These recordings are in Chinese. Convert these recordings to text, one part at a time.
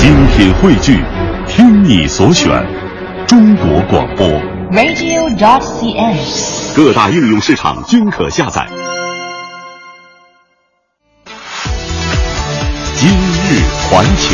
精品汇聚，听你所选，中国广播 radio.cn， 各大应用市场均可下载。今日环球。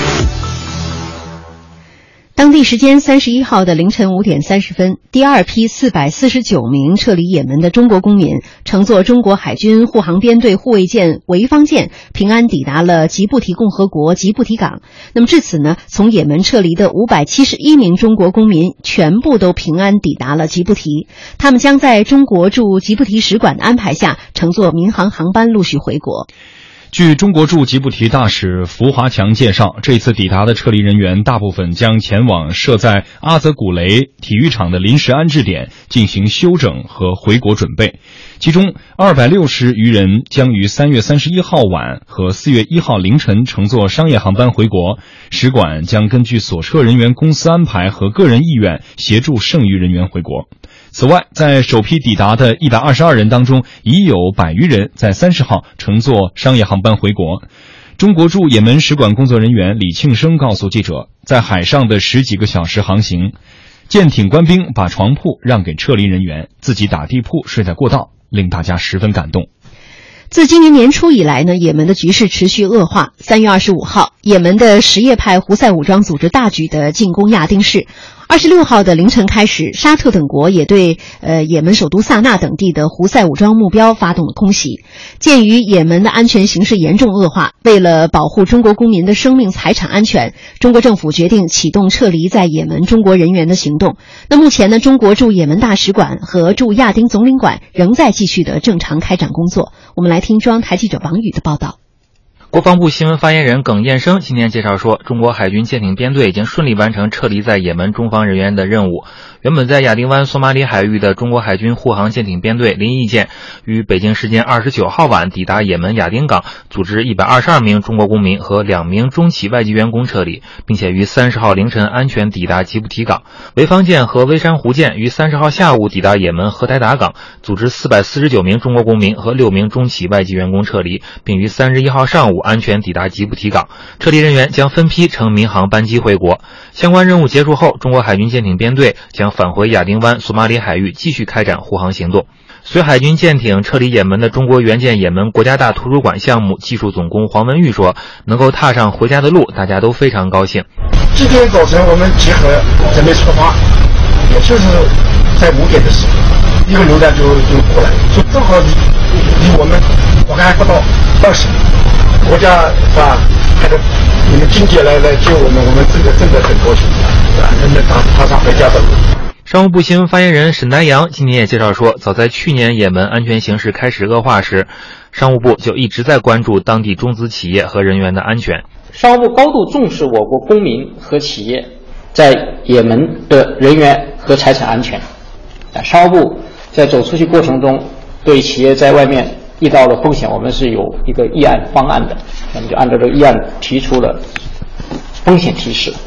当地时间31号的凌晨5点30分，第二批449名撤离也门的中国公民乘坐中国海军护航编队护卫舰潍坊舰平安抵达了吉布提共和国吉布提港。那么至此呢，从也门撤离的571名中国公民全部都平安抵达了吉布提，他们将在中国驻吉布提使馆的安排下乘坐民航航班陆续回国。 据中国驻吉布提大使福华强介绍，这次抵达的撤离人员大部分将前往设在阿泽古雷体育场的临时安置点进行休整和回国准备，其中260余人将于3月31号晚和4月1号凌晨乘坐商业航班回国，使馆将根据所撤人员公司安排和个人意愿协助剩余人员回国。此外，在首批抵达的122人当中，已有100余人在30号乘坐商业航班回国。中国驻也门使馆工作人员李庆生告诉记者，在海上的10几个小时航行，舰艇官兵把床铺让给撤离人员，自己打地铺睡在过道，令大家十分感动。 自今年年初以来呢，也门的局势持续恶化。3月25号，也门的什叶派胡塞武装组织大举的进攻亚丁市。26号的凌晨开始，沙特等国也对也门首都萨那等地的胡塞武装目标发动了空袭。鉴于也门的安全形势严重恶化，为了保护中国公民的生命财产安全，中国政府决定启动撤离在也门中国人员的行动。那目前呢，中国驻也门大使馆和驻亚丁总领馆仍在继续的正常开展工作。我们来听中央台记者王宇的报道。 国防部新闻发言人耿彦生今天介绍说，中国海军舰艇编队已经顺利完成撤离在也门中方人员的任务。原本在亚丁湾索马里海域的中国海军护航舰艇编队临邑舰于北京时间29号晚抵达也门亚丁港，组织122名中国公民和2名中企外籍员工撤离，并且于30号凌晨安全抵达吉布提港。潍坊舰和微山湖舰于30号下午抵达也门荷台达港，组织449名中国公民和6名中企外籍员工撤离，并于31号上午安全抵达吉布提港。撤离人员将分批乘民航班机回国。相关任务结束后，中国海军舰艇编队将返回亚丁湾索马里海域继续开展护航行动。随海军舰艇撤离也门的中国援建也门国家大图书馆项目技术总工黄文玉说，能够踏上回家的路，大家都非常高兴。 今天早晨我们集合准备出发，也就是在5点的时候，一个榴弹就过来，就正好离我们我看还不到20米。国家是吧，还有你们经济来救我们，我们真的很高兴，是吧？真的踏上回家的路。 商务部新闻发言人沈丹阳今天也介绍说，早在去年也门安全形势开始恶化时，商务部就一直在关注当地中资企业和人员的安全。 商务部高度重视我国公民和企业在也门的人员和财产安全。商务部在走出去过程中，对企业在外面遇到了风险，我们是有一个议案方案的，那么就按照这个议案提出了风险提示。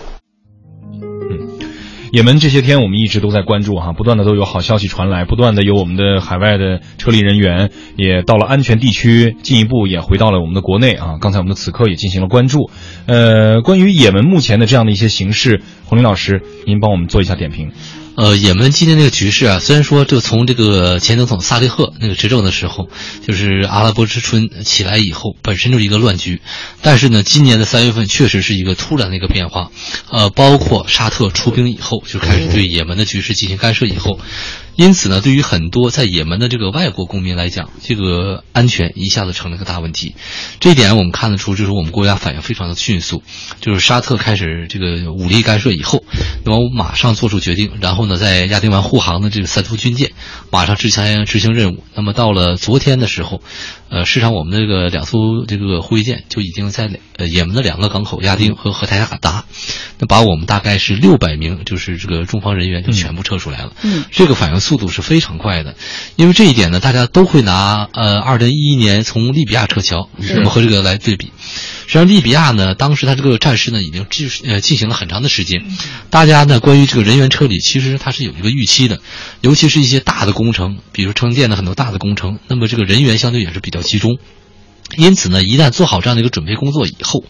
也门这些天我们一直都在关注不断的都有好消息传来，不断的有我们的海外的撤离人员也到了安全地区，进一步也回到了我们的国内刚才我们的此刻也进行了关注。关于也门目前的这样的一些形势，洪林老师您帮我们做一下点评。 也门今天这个局势虽然说就从这个前总统萨利赫那个执政的时候，就是阿拉伯之春起来以后，本身就是一个乱局，但是呢，今年的3月份确实是一个突然的一个变化，包括沙特出兵以后，就开始对也门的局势进行干涉以后，因此呢，对于很多在也门的这个外国公民来讲，这个安全一下子成了个大问题。这一点我们看得出，就是我们国家反应非常的迅速，就是沙特开始这个武力干涉以后，那么我马上做出决定，然后呢，在亚丁湾护航的这个3艘军舰马上执行任务。那么到了昨天的时候，事实上我们这个2艘这个护卫舰就已经在也门的2个港口亚丁和荷台达，那把我们大概是600名就是这个中方人员就全部撤出来了。这个反应速度是非常快的，因为这一点呢，大家都会拿2011年从利比亚撤侨，那么和这个来对比。实际上利比亚呢，当时它这个战事呢已经进行了很长的时间，大家呢关于这个人员撤离其实它是有一个预期的，尤其是一些大的工程，比如承建的很多大的工程，那么这个人员相对也是比较集中。因此呢，一旦做好这样的一个准备工作以后，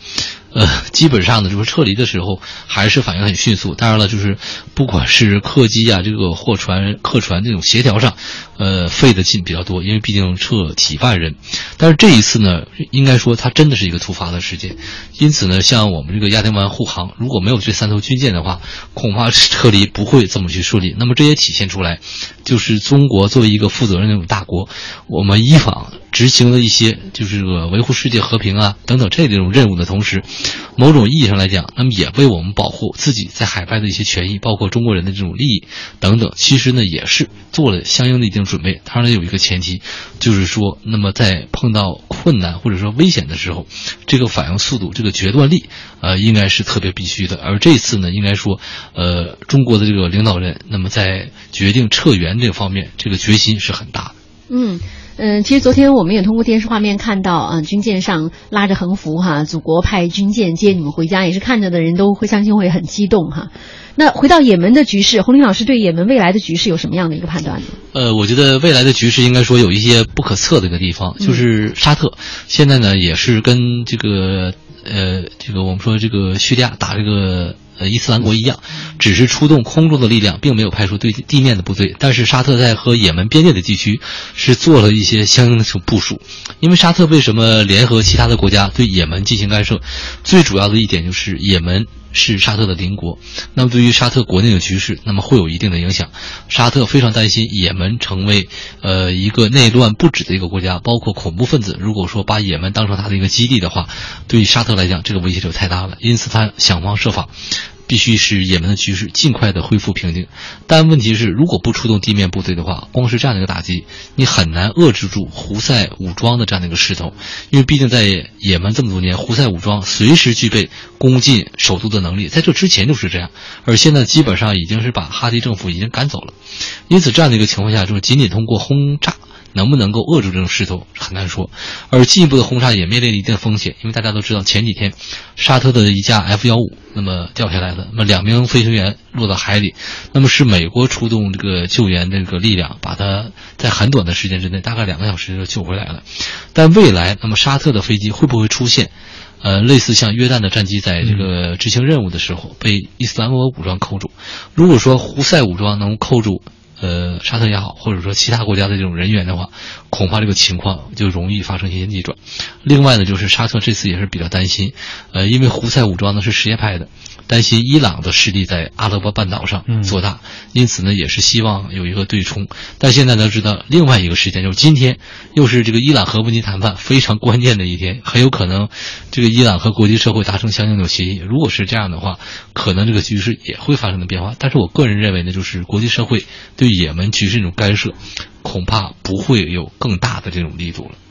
基本上呢，就是撤离的时候还是反应很迅速。当然了，就是不管是客机啊，这个货船、客船这种协调上，费的劲比较多，因为毕竟撤几万人。但是这一次呢，应该说它真的是一个突发的事件。因此呢，像我们这个亚丁湾护航，如果没有这3艘军舰的话，恐怕撤离不会这么去顺利。那么这也体现出来，就是中国作为一个负责任的那种大国，我们依法执行了一些就是这个维护世界和平啊等等这种任务的同时，某种意义上来讲，那么也为我们保护自己在海外的一些权益，包括中国人的这种利益等等，其实呢也是做了相应的一定准备。当然有一个前提，就是说那么在碰到困难或者说危险的时候，这个反应速度，这个决断力应该是特别必须的。而这次呢，应该说中国的这个领导人那么在决定撤援这个方面，这个决心是很大的。 其实昨天我们也通过电视画面看到军舰上拉着横幅哈，祖国派军舰接你们回家，也是看着的人都会相信会很激动哈。那回到也门的局势，洪林老师对也门未来的局势有什么样的一个判断呢？ 我觉得未来的局势应该说有一些不可测的一个地方，就是沙特现在呢也是跟这个我们说这个叙利亚打这个伊斯兰国一样，只是出动空中的力量，并没有派出对地面的部队。但是沙特在和也门边界的地区是做了一些相应的这种部署。因为沙特为什么联合其他的国家对也门进行干涉？最主要的一点就是也门是沙特的邻国，那么对于沙特国内的局势，那么会有一定的影响。沙特非常担心也门成为一个内乱不止的一个国家，包括恐怖分子如果说把也门当成他的一个基地的话，对于沙特来讲这个威胁就太大了，因此他想方设法必须使也门的局势尽快的恢复平静。但问题是，如果不出动地面部队的话，光是这样的一个打击，你很难遏制住胡塞武装的这样的一个势头。因为毕竟在也门这么多年，胡塞武装随时具备攻进首都的能力，在这之前就是这样，而现在基本上已经是把哈迪政府已经赶走了。因此这样的一个情况下，就是仅仅通过轰炸能不能够遏制这种势头很难说，而进一步的轰炸也面临了一定的风险。因为大家都知道，前几天沙特的一架 F-15那么掉下来了，那么2名飞行员落到海里，那么是美国出动这个救援这个力量，把它在很短的时间之内，大概2个小时就救回来了。但未来那么沙特的飞机会不会出现类似像约旦的战机在这个执行任务的时候被伊斯兰国武装扣住？如果说胡塞武装能扣住沙特也好，或者说其他国家的这种人员的话，恐怕这个情况就容易发生一些逆转。另外呢，就是沙特这次也是比较担心，因为胡塞武装呢是什叶派的，担心伊朗的势力在阿拉伯半岛上做大，因此呢也是希望有一个对冲。但现在呢知道另外一个时间，就是今天又是这个伊朗核问题谈判非常关键的一天，很有可能这个伊朗和国际社会达成相应的协议。如果是这样的话，可能这个局势也会发生的变化。但是我个人认为呢，就是国际社会对也门局势这种干涉恐怕不会有更大的这种力度了。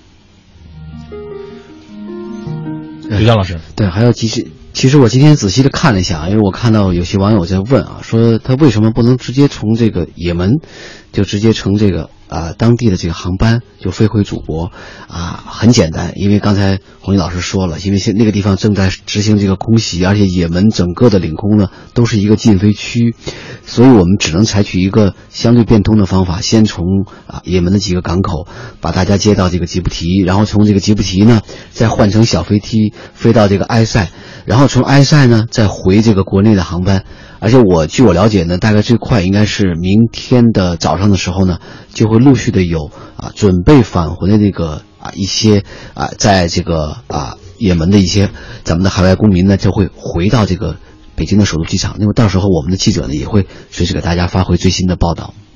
刘江老师， 对，还有其实我今天仔细的看了一下，因为我看到有些网友在问啊，说他为什么不能直接从这个也门就直接乘这个当地的这个航班就飞回祖国很简单，因为刚才洪林老师说了，因为那个地方正在执行这个空袭，而且也门整个的领空呢都是一个禁飞区，所以我们只能采取一个相对变通的方法，先从也门的几个港口把大家接到这个吉布提，然后从这个吉布提呢再换成小飞机飞到这个埃塞，然后从埃塞呢再回这个国内的航班。而且据我了解呢，大概最快应该是明天的早上的时候呢，就会陆续的有准备返回的那个一些在这个也门的一些咱们的海外公民呢，就会回到这个北京的首都机场。那么到时候我们的记者呢也会随时给大家发回最新的报道。